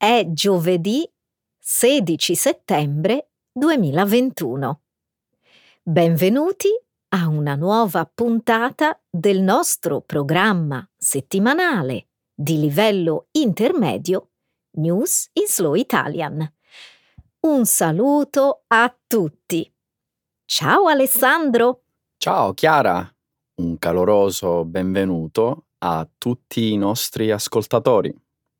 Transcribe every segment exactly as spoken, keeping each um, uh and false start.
È giovedì sedici settembre duemilaventuno. Benvenuti a una nuova puntata del nostro programma settimanale di livello intermedio News in Slow Italian. Un saluto a tutti. Ciao Alessandro. Ciao Chiara, un caloroso benvenuto a tutti i nostri ascoltatori.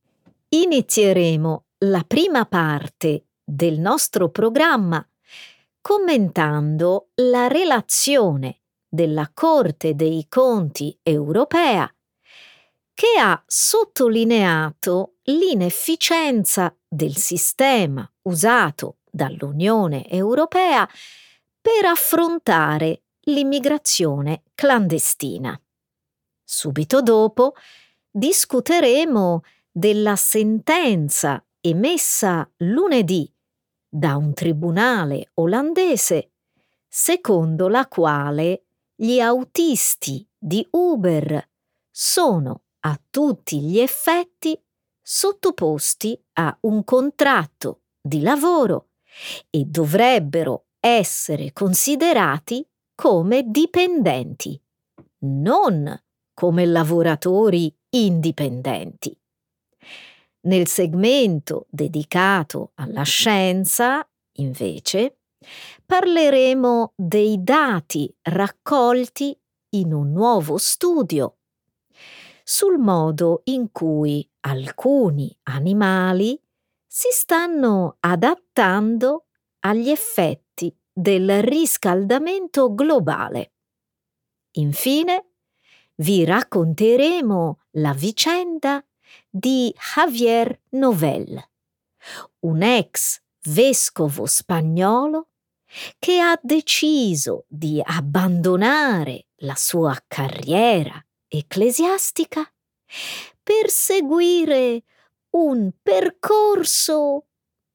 Inizieremo la prima parte del nostro programma commentando la relazione della Corte dei Conti europea che ha sottolineato l'inefficienza del sistema usato dall'Unione Europea per affrontare l'immigrazione clandestina. Subito dopo discuteremo della sentenza emessa lunedì da un tribunale olandese, secondo la quale gli autisti di Uber sono a tutti gli effetti sottoposti a un contratto di lavoro e dovrebbero essere considerati come dipendenti, non come lavoratori indipendenti. Nel segmento dedicato alla scienza, invece, parleremo dei dati raccolti in un nuovo studio sul modo in cui alcuni animali si stanno adattando agli effetti del riscaldamento globale. Infine, vi racconteremo la vicenda di Javier Novell, un ex vescovo spagnolo che ha deciso di abbandonare la sua carriera ecclesiastica per seguire un percorso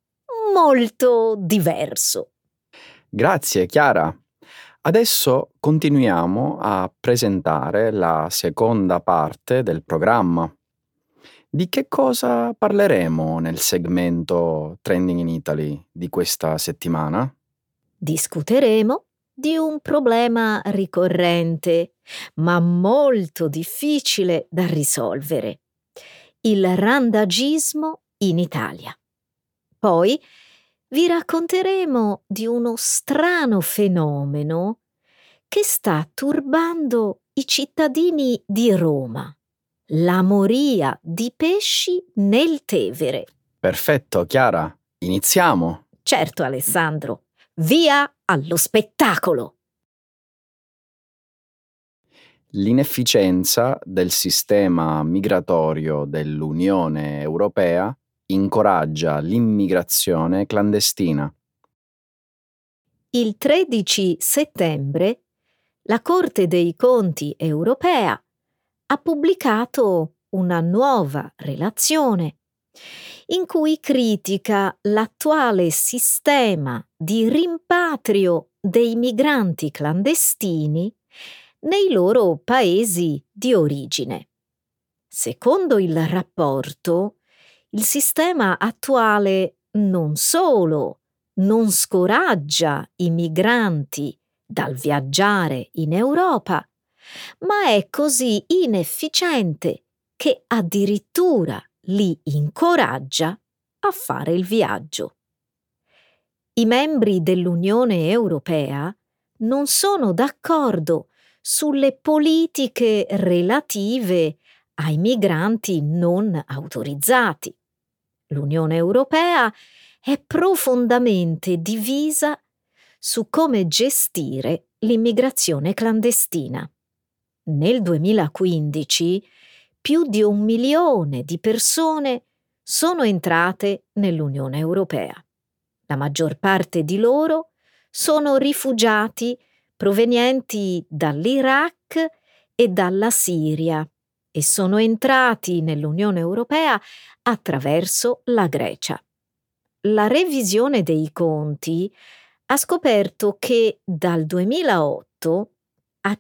molto diverso. Grazie Chiara. Adesso continuiamo a presentare la seconda parte del programma. Di che cosa parleremo nel segmento Trending in Italy di questa settimana? Discuteremo di un problema ricorrente, ma molto difficile da risolvere: il randagismo in Italia. Poi vi racconteremo di uno strano fenomeno che sta turbando i cittadini di Roma: la moria di pesci nel Tevere. Perfetto, Chiara. Iniziamo. Certo, Alessandro. Via allo spettacolo! L'inefficienza del sistema migratorio dell'Unione Europea incoraggia l'immigrazione clandestina. Il tredici settembre la Corte dei Conti europea ha pubblicato una nuova relazione in cui critica l'attuale sistema di rimpatrio dei migranti clandestini nei loro paesi di origine. Secondo il rapporto, il sistema attuale non solo non scoraggia i migranti dal viaggiare in Europa, ma è così inefficiente che addirittura li incoraggia a fare il viaggio. I membri dell'Unione Europea non sono d'accordo sulle politiche relative ai migranti non autorizzati. L'Unione Europea è profondamente divisa su come gestire l'immigrazione clandestina. Nel duemilaquindici più di un milione di persone sono entrate nell'Unione Europea. La maggior parte di loro sono rifugiati provenienti dall'Iraq e dalla Siria e sono entrati nell'Unione Europea attraverso la Grecia. La revisione dei conti ha scoperto che dal duemilaotto a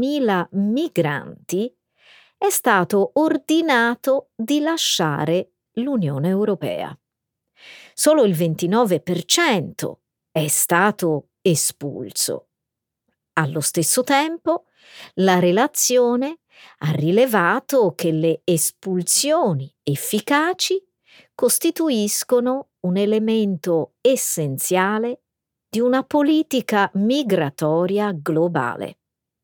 cinquecentomila migranti è stato ordinato di lasciare l'Unione Europea. Solo il ventinove per cento è stato espulso. Allo stesso tempo, la relazione ha rilevato che le espulsioni efficaci costituiscono un elemento essenziale di una politica migratoria globale.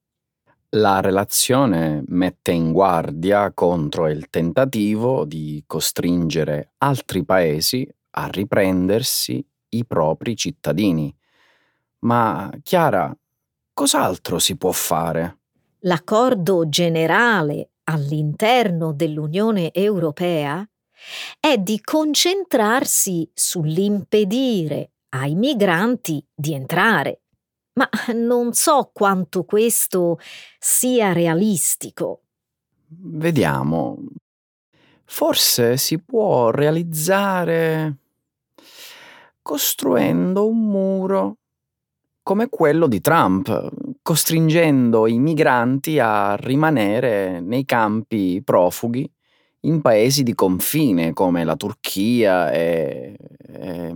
La relazione mette in guardia contro il tentativo di costringere altri paesi a riprendersi i propri cittadini. Ma Chiara, cos'altro si può fare? L'accordo generale all'interno dell'Unione Europea è di concentrarsi sull'impedire ai migranti di entrare. Ma non so quanto questo sia realistico. Vediamo. Forse si può realizzare costruendo un muro come quello di Trump, costringendo i migranti a rimanere nei campi profughi in paesi di confine come la Turchia e... e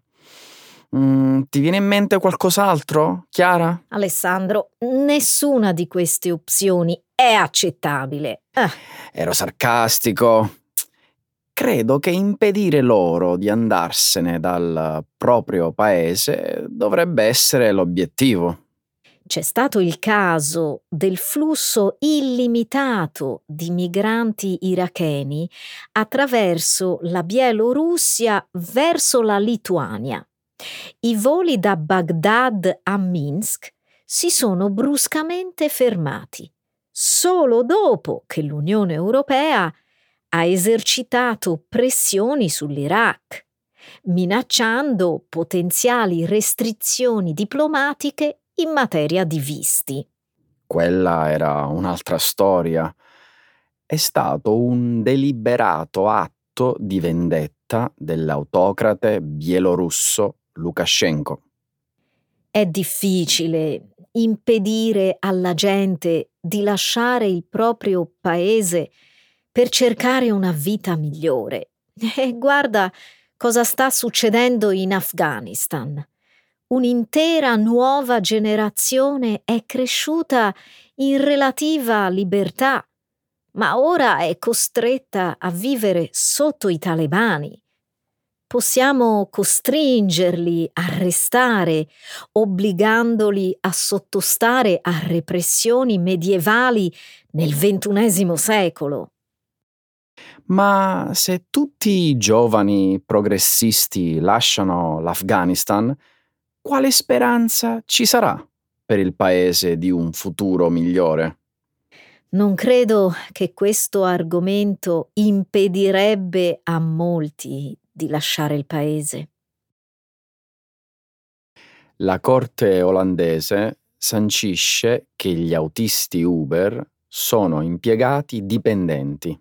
mm, ti viene in mente qualcos'altro, Chiara? Alessandro, nessuna di queste opzioni è accettabile. Ah. Ero sarcastico. Credo che impedire loro di andarsene dal proprio paese dovrebbe essere l'obiettivo. C'è stato il caso del flusso illimitato di migranti iracheni attraverso la Bielorussia verso la Lituania. I voli da Baghdad a Minsk si sono bruscamente fermati, solo dopo che l'Unione Europea ha esercitato pressioni sull'Iraq, minacciando potenziali restrizioni diplomatiche in materia di visti. Quella era un'altra storia. È stato un deliberato atto di vendetta dell'autocrate bielorusso Lukashenko. È difficile impedire alla gente di lasciare il proprio paese per cercare una vita migliore. E guarda cosa sta succedendo in Afghanistan. Un'intera nuova generazione è cresciuta in relativa libertà, ma ora è costretta a vivere sotto i talebani. Possiamo costringerli a restare, obbligandoli a sottostare a repressioni medievali nel ventunesimo secolo. Ma se tutti i giovani progressisti lasciano l'Afghanistan, quale speranza ci sarà per il paese di un futuro migliore? Non credo che questo argomento impedirebbe a molti di lasciare il paese. La corte olandese sancisce che gli autisti Uber sono impiegati dipendenti.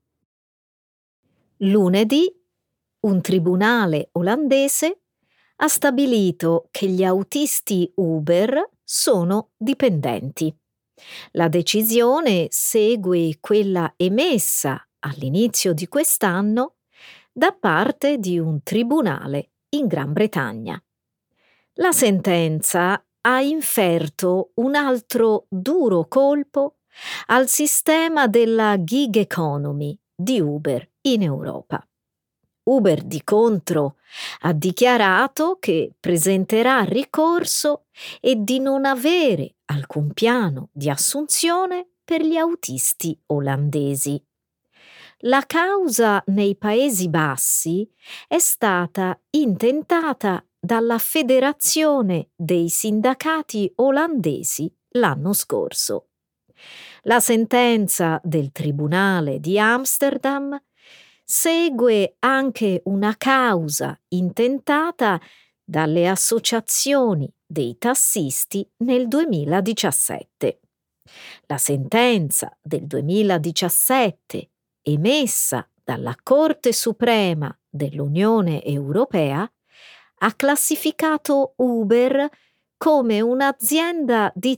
Lunedì, un tribunale olandese ha stabilito che gli autisti Uber sono dipendenti. La decisione segue quella emessa all'inizio di quest'anno da parte di un tribunale in Gran Bretagna. La sentenza ha inferto un altro duro colpo al sistema della gig economy di Uber in Europa. Uber, di contro, ha dichiarato che presenterà ricorso e di non avere alcun piano di assunzione per gli autisti olandesi. La causa nei Paesi Bassi è stata intentata dalla Federazione dei sindacati olandesi l'anno scorso. La sentenza del Tribunale di Amsterdam segue anche una causa intentata dalle associazioni dei tassisti nel duemiladiciassette. La sentenza del duemiladiciassette, emessa dalla Corte Suprema dell'Unione Europea, ha classificato Uber come un'azienda di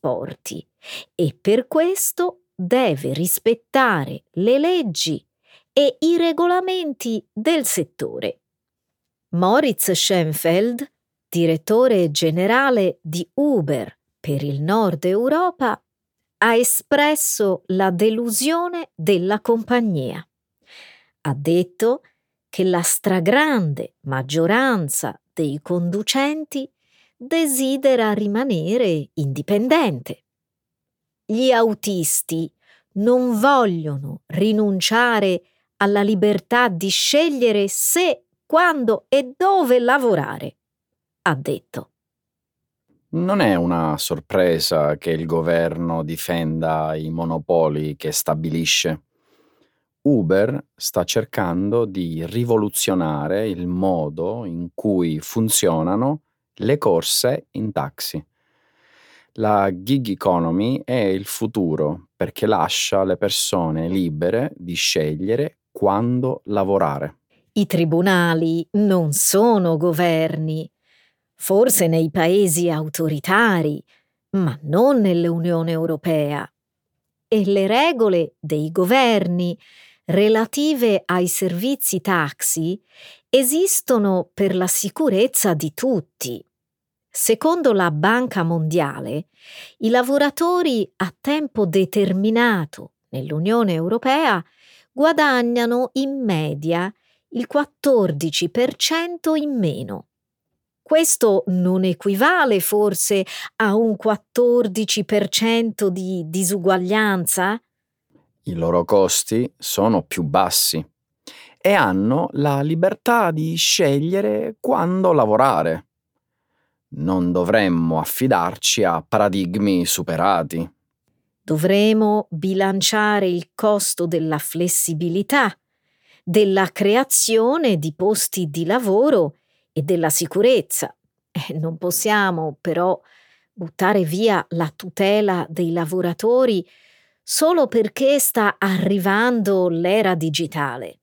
trasporti e per questo deve rispettare le leggi e i regolamenti del settore. Moritz Schoenfeld, direttore generale di Uber per il Nord Europa, ha espresso la delusione della compagnia. Ha detto che la stragrande maggioranza dei conducenti desidera rimanere indipendente. Gli autisti non vogliono rinunciare alla libertà di scegliere se, quando e dove lavorare, ha detto. Non è una sorpresa che il governo difenda i monopoli che stabilisce. Uber sta cercando di rivoluzionare il modo in cui funzionano le corse in taxi. La gig economy è il futuro perché lascia le persone libere di scegliere quando lavorare. I tribunali non sono governi, forse nei paesi autoritari, ma non nell'Unione Europea. E le regole dei governi relative ai servizi taxi esistono per la sicurezza di tutti. Secondo la Banca Mondiale, i lavoratori a tempo determinato nell'Unione Europea guadagnano in media il quattordici per cento in meno. Questo non equivale forse a un quattordici per cento di disuguaglianza? I loro costi sono più bassi e hanno la libertà di scegliere quando lavorare. Non dovremmo affidarci a paradigmi superati. Dovremo bilanciare il costo della flessibilità, della creazione di posti di lavoro e della sicurezza. Eh, non possiamo però buttare via la tutela dei lavoratori solo perché sta arrivando l'era digitale.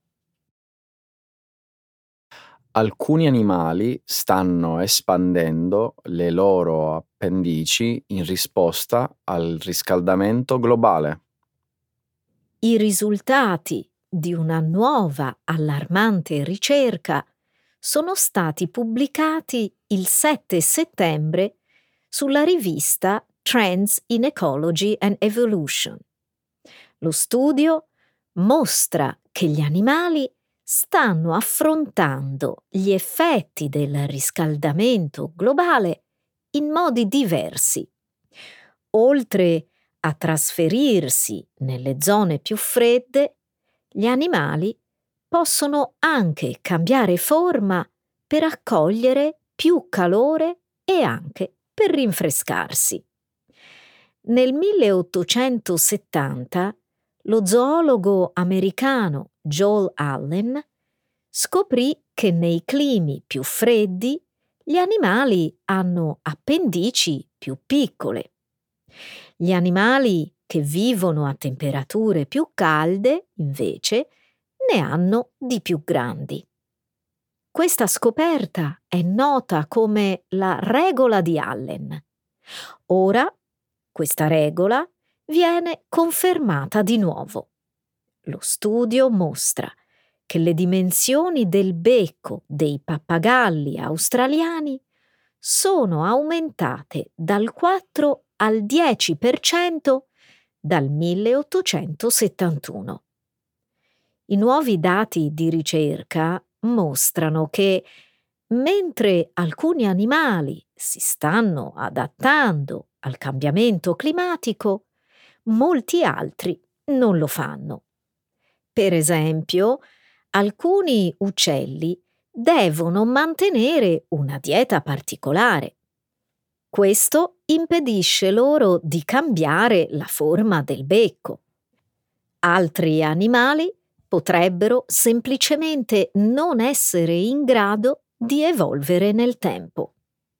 Alcuni animali stanno espandendo le loro appendici in risposta al riscaldamento globale. I risultati di una nuova allarmante ricerca sono stati pubblicati il sette settembre sulla rivista Trends in Ecology and Evolution. Lo studio mostra che gli animali stanno affrontando gli effetti del riscaldamento globale in modi diversi. Oltre a trasferirsi nelle zone più fredde, gli animali possono anche cambiare forma per accogliere più calore e anche per rinfrescarsi. Nel milleottocentosettanta lo zoologo americano Joel Allen scoprì che nei climi più freddi gli animali hanno appendici più piccole. Gli animali che vivono a temperature più calde, invece, ne hanno di più grandi. Questa scoperta è nota come la regola di Allen. Ora, questa regola viene confermata di nuovo. Lo studio mostra che le dimensioni del becco dei pappagalli australiani sono aumentate dal quattro al dieci per cento dal milleottocentosettantuno. I nuovi dati di ricerca mostrano che, mentre alcuni animali si stanno adattando al cambiamento climatico, molti altri non lo fanno. Per esempio, alcuni uccelli devono mantenere una dieta particolare. Questo impedisce loro di cambiare la forma del becco. Altri animali potrebbero semplicemente non essere in grado di evolvere nel tempo.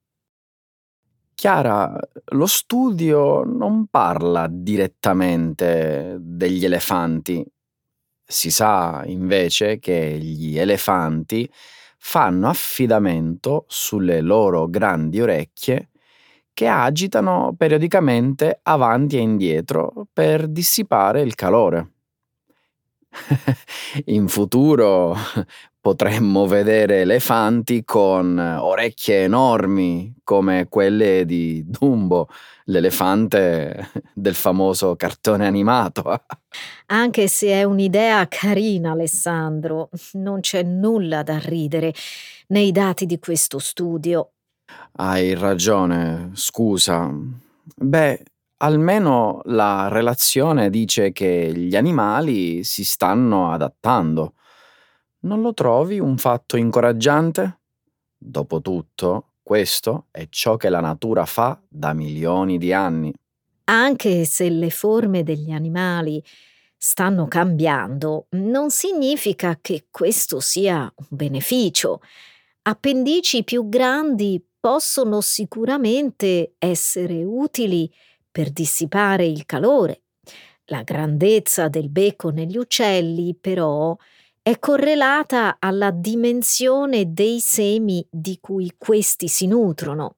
Chiara, lo studio non parla direttamente degli elefanti. Si sa invece che gli elefanti fanno affidamento sulle loro grandi orecchie che agitano periodicamente avanti e indietro per dissipare il calore. In futuro potremmo vedere elefanti con orecchie enormi come quelle di Dumbo, l'elefante del famoso cartone animato. Anche se è un'idea carina, Alessandro, non c'è nulla da ridere nei dati di questo studio. Hai ragione, scusa. Beh, almeno la relazione dice che gli animali si stanno adattando. Non lo trovi un fatto incoraggiante? Dopotutto, questo è ciò che la natura fa da milioni di anni. Anche se le forme degli animali stanno cambiando, non significa che questo sia un beneficio. Appendici più grandi possono sicuramente essere utili per dissipare il calore. La grandezza del becco negli uccelli, però, è correlata alla dimensione dei semi di cui questi si nutrono.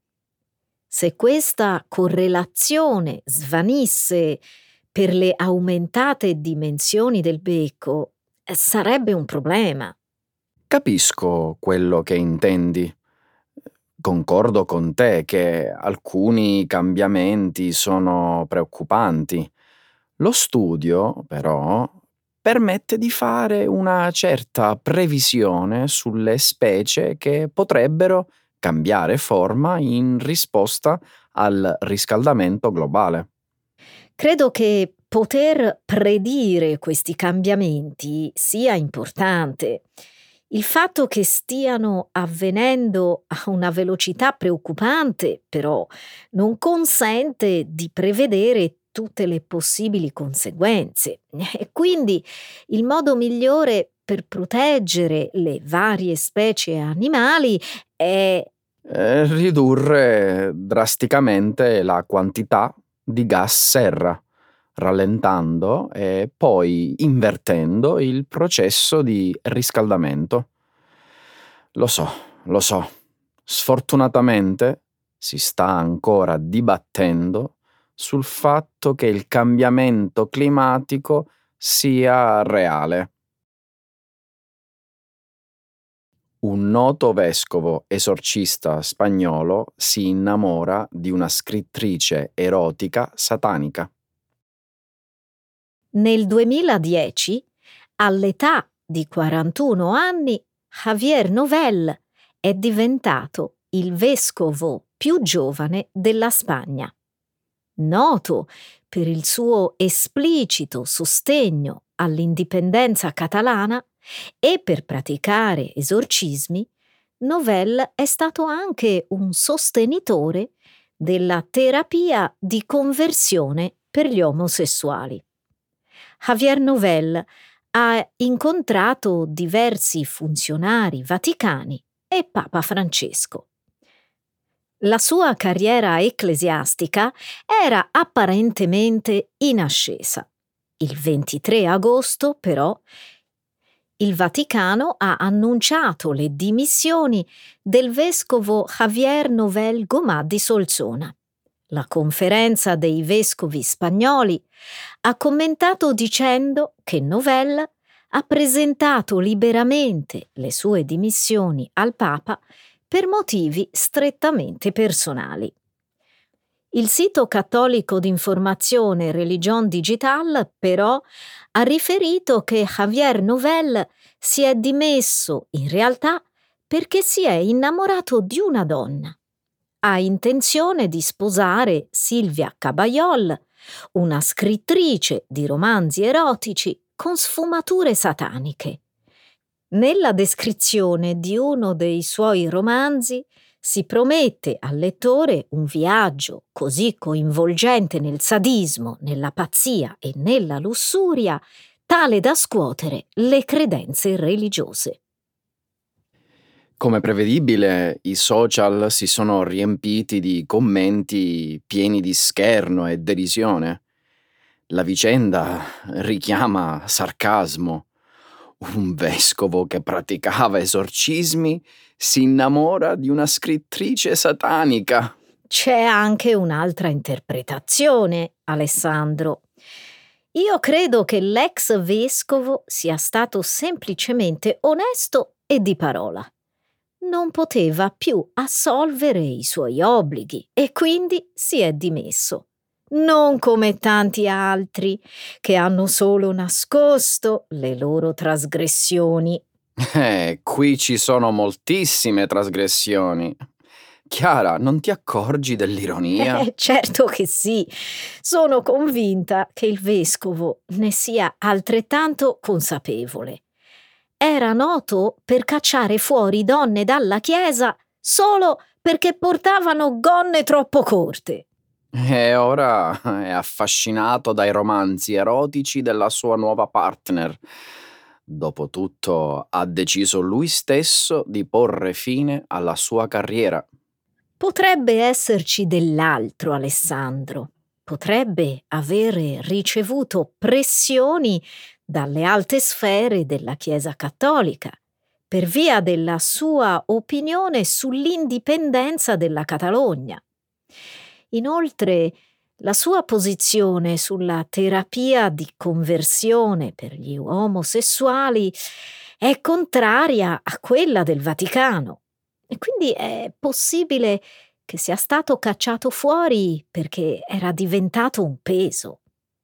Se questa correlazione svanisse per le aumentate dimensioni del becco, eh, sarebbe un problema. Capisco quello che intendi. Concordo con te che alcuni cambiamenti sono preoccupanti. Lo studio, però, permette di fare una certa previsione sulle specie che potrebbero cambiare forma in risposta al riscaldamento globale. Credo che poter predire questi cambiamenti sia importante. Il fatto che stiano avvenendo a una velocità preoccupante, però, non consente di prevedere tutte le possibili conseguenze. E quindi il modo migliore per proteggere le varie specie animali è Eh, ridurre drasticamente la quantità di gas serra, rallentando e poi invertendo il processo di riscaldamento. Lo so, lo so. Sfortunatamente si sta ancora dibattendo sul fatto che il cambiamento climatico sia reale. Un noto vescovo esorcista spagnolo si innamora di una scrittrice erotica satanica. nel duemiladieci, all'età di quarantuno anni, Javier Novell è diventato il vescovo più giovane della Spagna. Noto per il suo esplicito sostegno all'indipendenza catalana e per praticare esorcismi, Novell è stato anche un sostenitore della terapia di conversione per gli omosessuali. Javier Novell ha incontrato diversi funzionari vaticani e Papa Francesco. La sua carriera ecclesiastica era apparentemente in ascesa. Il ventitré agosto, però, il Vaticano ha annunciato le dimissioni del vescovo Javier Novell Gomà di Solsona. La conferenza dei vescovi spagnoli ha commentato dicendo che Novell ha presentato liberamente le sue dimissioni al Papa per motivi strettamente personali. Il sito cattolico di informazione Religion Digital, però, ha riferito che Javier Novell si è dimesso in realtà perché si è innamorato di una donna. Ha intenzione di sposare Silvia Caballol, una scrittrice di romanzi erotici con sfumature sataniche. Nella descrizione di uno dei suoi romanzi si promette al lettore un viaggio così coinvolgente nel sadismo, nella pazzia e nella lussuria, tale da scuotere le credenze religiose. Come prevedibile, i social si sono riempiti di commenti pieni di scherno e derisione. La vicenda richiama sarcasmo. Un vescovo che praticava esorcismi si innamora di una scrittrice satanica. C'è anche un'altra interpretazione, Alessandro. Io credo che l'ex vescovo sia stato semplicemente onesto e di parola. Non poteva più assolvere i suoi obblighi e quindi si è dimesso. Non come tanti altri che hanno solo nascosto le loro trasgressioni. Eh, qui ci sono moltissime trasgressioni. Chiara, non ti accorgi dell'ironia? Eh, certo che sì. Sono convinta che il vescovo ne sia altrettanto consapevole. Era noto per cacciare fuori donne dalla chiesa solo perché portavano gonne troppo corte. E ora è affascinato dai romanzi erotici della sua nuova partner. Dopotutto ha deciso lui stesso di porre fine alla sua carriera. Potrebbe esserci dell'altro, Alessandro. Potrebbe avere ricevuto pressioni dalle alte sfere della Chiesa cattolica per via della sua opinione sull'indipendenza della Catalogna. Inoltre, la sua posizione sulla terapia di conversione per gli omosessuali è contraria a quella del Vaticano e quindi è possibile che sia stato cacciato fuori perché era diventato un peso.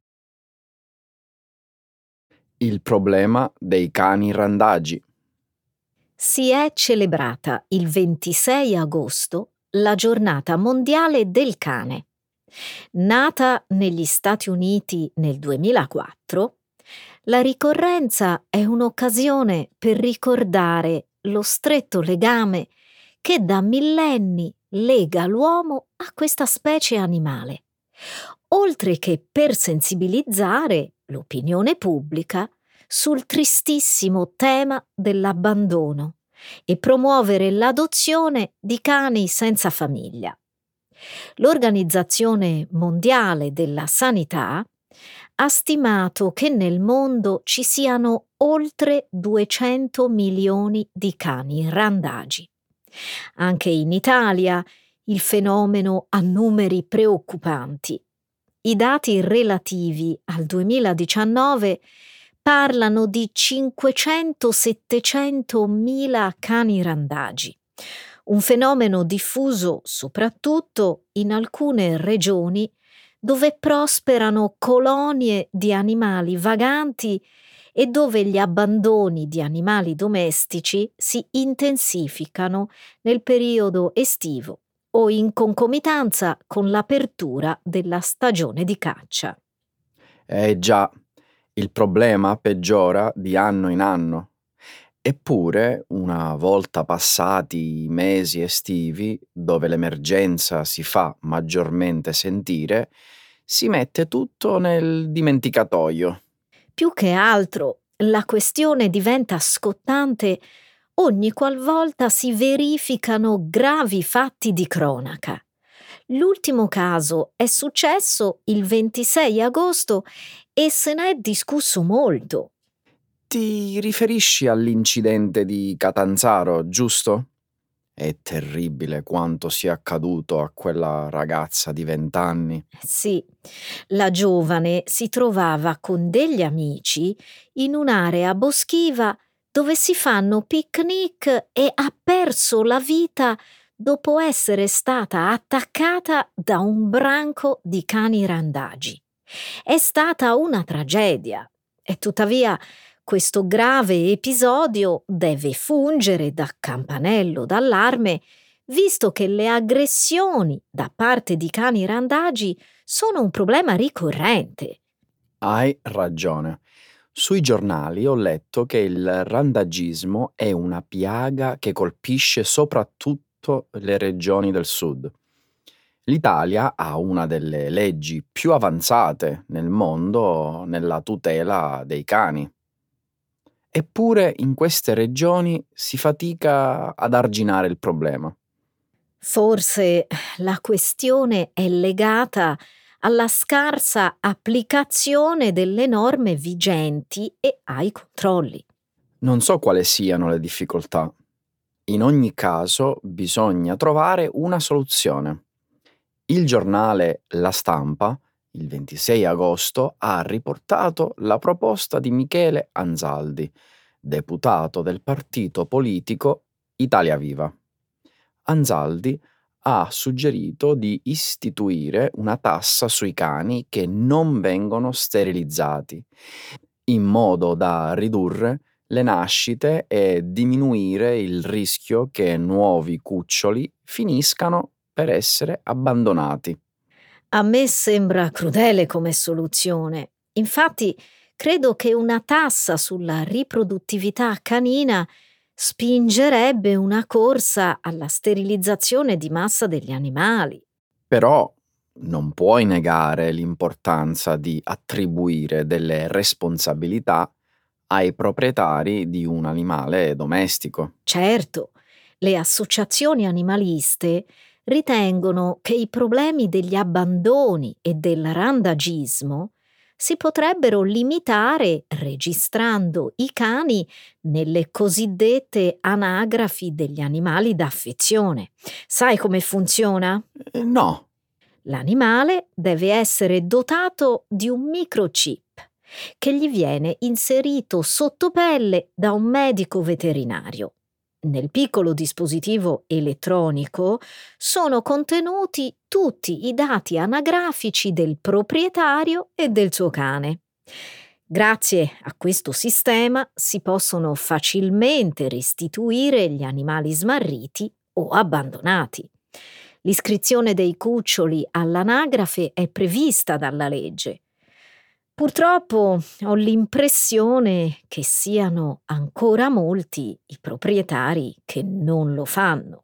Il problema dei cani randagi. Si è celebrata il ventisei agosto la giornata mondiale del cane. Nata negli Stati Uniti nel duemilaquattro, la ricorrenza è un'occasione per ricordare lo stretto legame che da millenni lega l'uomo a questa specie animale, oltre che per sensibilizzare l'opinione pubblica sul tristissimo tema dell'abbandono e promuovere l'adozione di cani senza famiglia. L'Organizzazione Mondiale della Sanità ha stimato che nel mondo ci siano oltre duecento milioni di cani randagi. Anche in Italia il fenomeno ha numeri preoccupanti. I dati relativi al duemiladiciannove parlano di cinquecento settecento mila cani randagi, un fenomeno diffuso soprattutto in alcune regioni dove prosperano colonie di animali vaganti e dove gli abbandoni di animali domestici si intensificano nel periodo estivo o in concomitanza con l'apertura della stagione di caccia. Eh già, il problema peggiora di anno in anno. Eppure, una volta passati i mesi estivi, dove l'emergenza si fa maggiormente sentire, si mette tutto nel dimenticatoio. Più che altro, la questione diventa scottante ogni qualvolta si verificano gravi fatti di cronaca. L'ultimo caso è successo il ventisei agosto e se ne è discusso molto. Ti riferisci all'incidente di Catanzaro, giusto? È terribile quanto sia accaduto a quella ragazza di vent'anni. Sì, la giovane si trovava con degli amici in un'area boschiva dove si fanno picnic e ha perso la vita dopo essere stata attaccata da un branco di cani randagi. È stata una tragedia e tuttavia questo grave episodio deve fungere da campanello d'allarme, visto che le aggressioni da parte di cani randagi sono un problema ricorrente. Hai ragione. Sui giornali ho letto che il randagismo è una piaga che colpisce soprattutto le regioni del sud. L'Italia ha una delle leggi più avanzate nel mondo nella tutela dei cani. Eppure in queste regioni si fatica ad arginare il problema. Forse la questione è legata alla scarsa applicazione delle norme vigenti e ai controlli. Non so quali siano le difficoltà. In ogni caso bisogna trovare una soluzione. Il giornale La Stampa il ventisei agosto, ha riportato la proposta di Michele Anzaldi, deputato del partito politico Italia Viva. Anzaldi ha suggerito di istituire una tassa sui cani che non vengono sterilizzati, in modo da ridurre le nascite e diminuire il rischio che nuovi cuccioli finiscano per essere abbandonati. A me sembra crudele come soluzione. Infatti, credo che una tassa sulla riproduttività canina spingerebbe una corsa alla sterilizzazione di massa degli animali. Però non puoi negare l'importanza di attribuire delle responsabilità ai proprietari di un animale domestico. Certo, le associazioni animaliste ritengono che i problemi degli abbandoni e del randagismo si potrebbero limitare registrando i cani nelle cosiddette anagrafi degli animali d'affezione. Sai come funziona? Eh, no, L'animale deve essere dotato di un microchip che gli viene inserito sotto pelle da un medico veterinario. Nel piccolo dispositivo elettronico sono contenuti tutti i dati anagrafici del proprietario e del suo cane. Grazie a questo sistema si possono facilmente restituire gli animali smarriti o abbandonati. L'iscrizione dei cuccioli all'anagrafe è prevista dalla legge. Purtroppo ho l'impressione che siano ancora molti i proprietari che non lo fanno.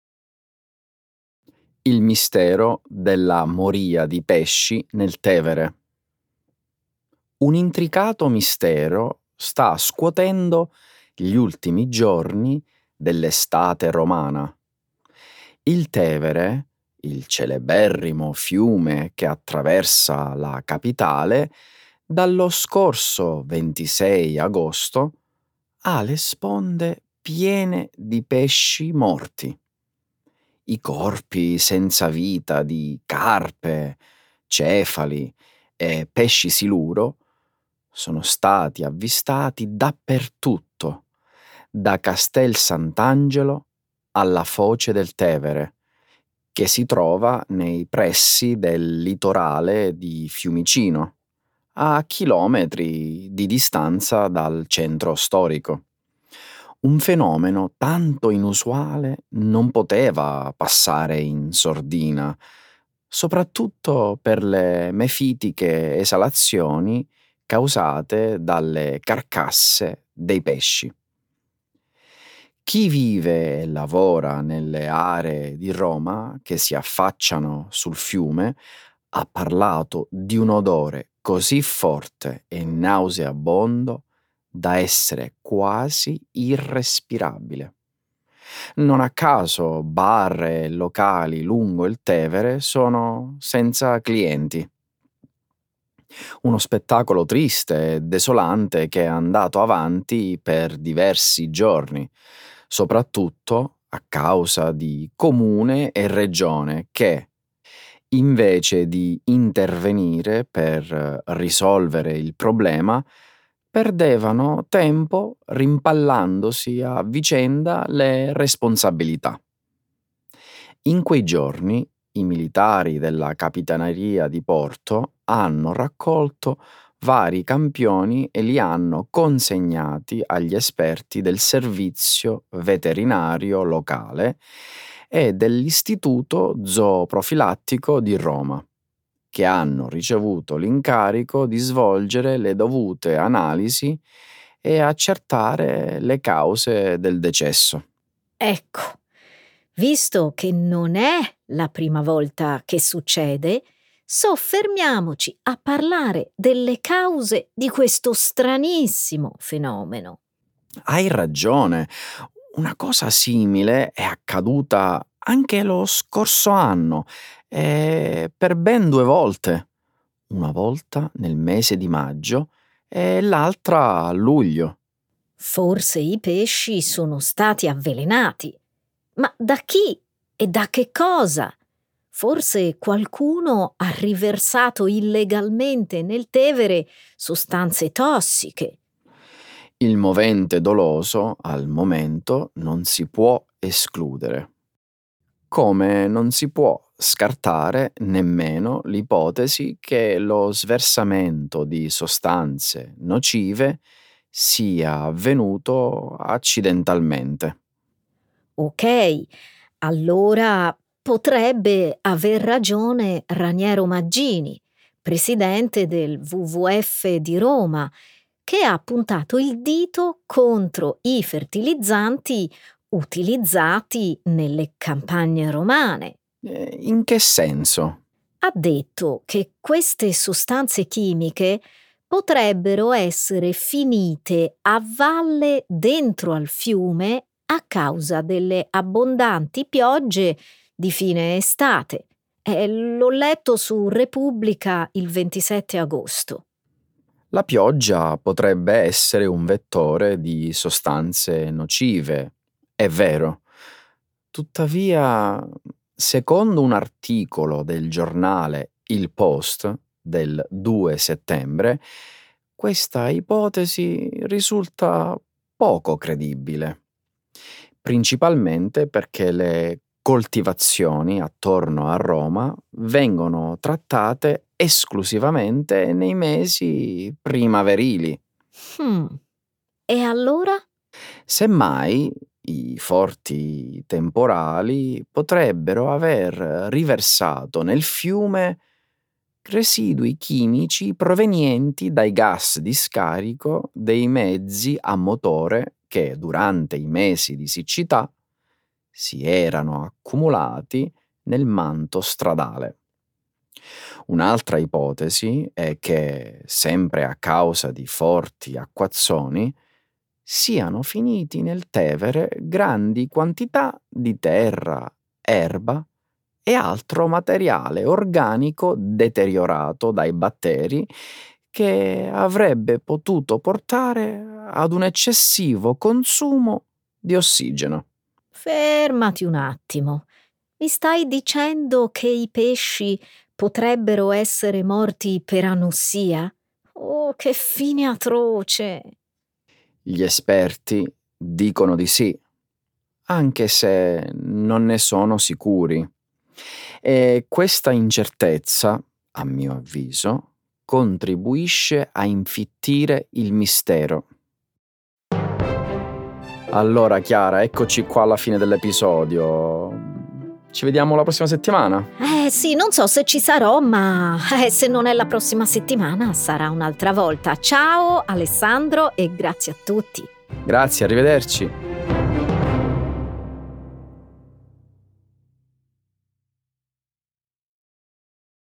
il mistero della moria di pesci nel Tevere. Un intricato mistero sta scuotendo gli ultimi giorni dell'estate romana. Il Tevere, il celeberrimo fiume che attraversa la capitale, dallo scorso ventisei agosto ha le sponde piene di pesci morti. I corpi senza vita di carpe, cefali e pesci siluro sono stati avvistati dappertutto, da Castel Sant'Angelo alla foce del Tevere, che si trova nei pressi del litorale di Fiumicino, a chilometri di distanza dal centro storico. Un fenomeno tanto inusuale non poteva passare in sordina, soprattutto per le mefitiche esalazioni causate dalle carcasse dei pesci. Chi vive e lavora nelle aree di Roma che si affacciano sul fiume ha parlato di un odore così forte e nauseabondo da essere quasi irrespirabile. Non a caso bar e locali lungo il Tevere sono senza clienti. Uno spettacolo triste e desolante che è andato avanti per diversi giorni, soprattutto a causa di comune e regione che, invece di intervenire per risolvere il problema, perdevano tempo rimpallandosi a vicenda le responsabilità. In quei giorni i militari della Capitaneria di Porto hanno raccolto vari campioni e li hanno consegnati agli esperti del servizio veterinario locale e dell'Istituto Zooprofilattico di Roma, che hanno ricevuto l'incarico di svolgere le dovute analisi e accertare le cause del decesso. Ecco, visto che non è la prima volta che succede, soffermiamoci a parlare delle cause di questo stranissimo fenomeno. Hai ragione, una cosa simile è accaduta anche lo scorso anno, e per ben due volte, una volta nel mese di maggio e l'altra a luglio. Forse i pesci sono stati avvelenati. Ma da chi e da che cosa? Forse qualcuno ha riversato illegalmente nel Tevere sostanze tossiche. Il movente doloso, al momento, non si può escludere. Come non si può scartare nemmeno l'ipotesi che lo sversamento di sostanze nocive sia avvenuto accidentalmente. Ok, allora potrebbe aver ragione Raniero Maggini, presidente del W W F di Roma, che ha puntato il dito contro i fertilizzanti utilizzati nelle campagne romane. Eh, In che senso? Ha detto che queste sostanze chimiche potrebbero essere finite a valle dentro al fiume a causa delle abbondanti piogge di fine estate. Eh, l'ho letto su Repubblica il ventisette agosto. La pioggia potrebbe essere un vettore di sostanze nocive, è vero. Tuttavia, secondo un articolo del giornale Il Post del due settembre, questa ipotesi risulta poco credibile, principalmente perché le coltivazioni attorno a Roma vengono trattate esclusivamente nei mesi primaverili. Hmm. E allora? Semmai, i forti temporali potrebbero aver riversato nel fiume residui chimici provenienti dai gas di scarico dei mezzi a motore che durante i mesi di siccità si erano accumulati nel manto stradale. Un'altra ipotesi è che, sempre a causa di forti acquazzoni, siano finiti nel Tevere grandi quantità di terra, erba e altro materiale organico deteriorato dai batteri che avrebbe potuto portare ad un eccessivo consumo di ossigeno. Fermati un attimo. Mi stai dicendo che i pesci potrebbero essere morti per anossia? Oh, che fine atroce! Gli esperti dicono di sì, anche se non ne sono sicuri. E questa incertezza, a mio avviso, contribuisce a infittire il mistero. Allora, Chiara, eccoci qua alla fine dell'episodio. Ci vediamo la prossima settimana? Eh sì, non so se ci sarò, ma eh, se non è la prossima settimana sarà un'altra volta. Ciao Alessandro e grazie a tutti. Grazie, arrivederci.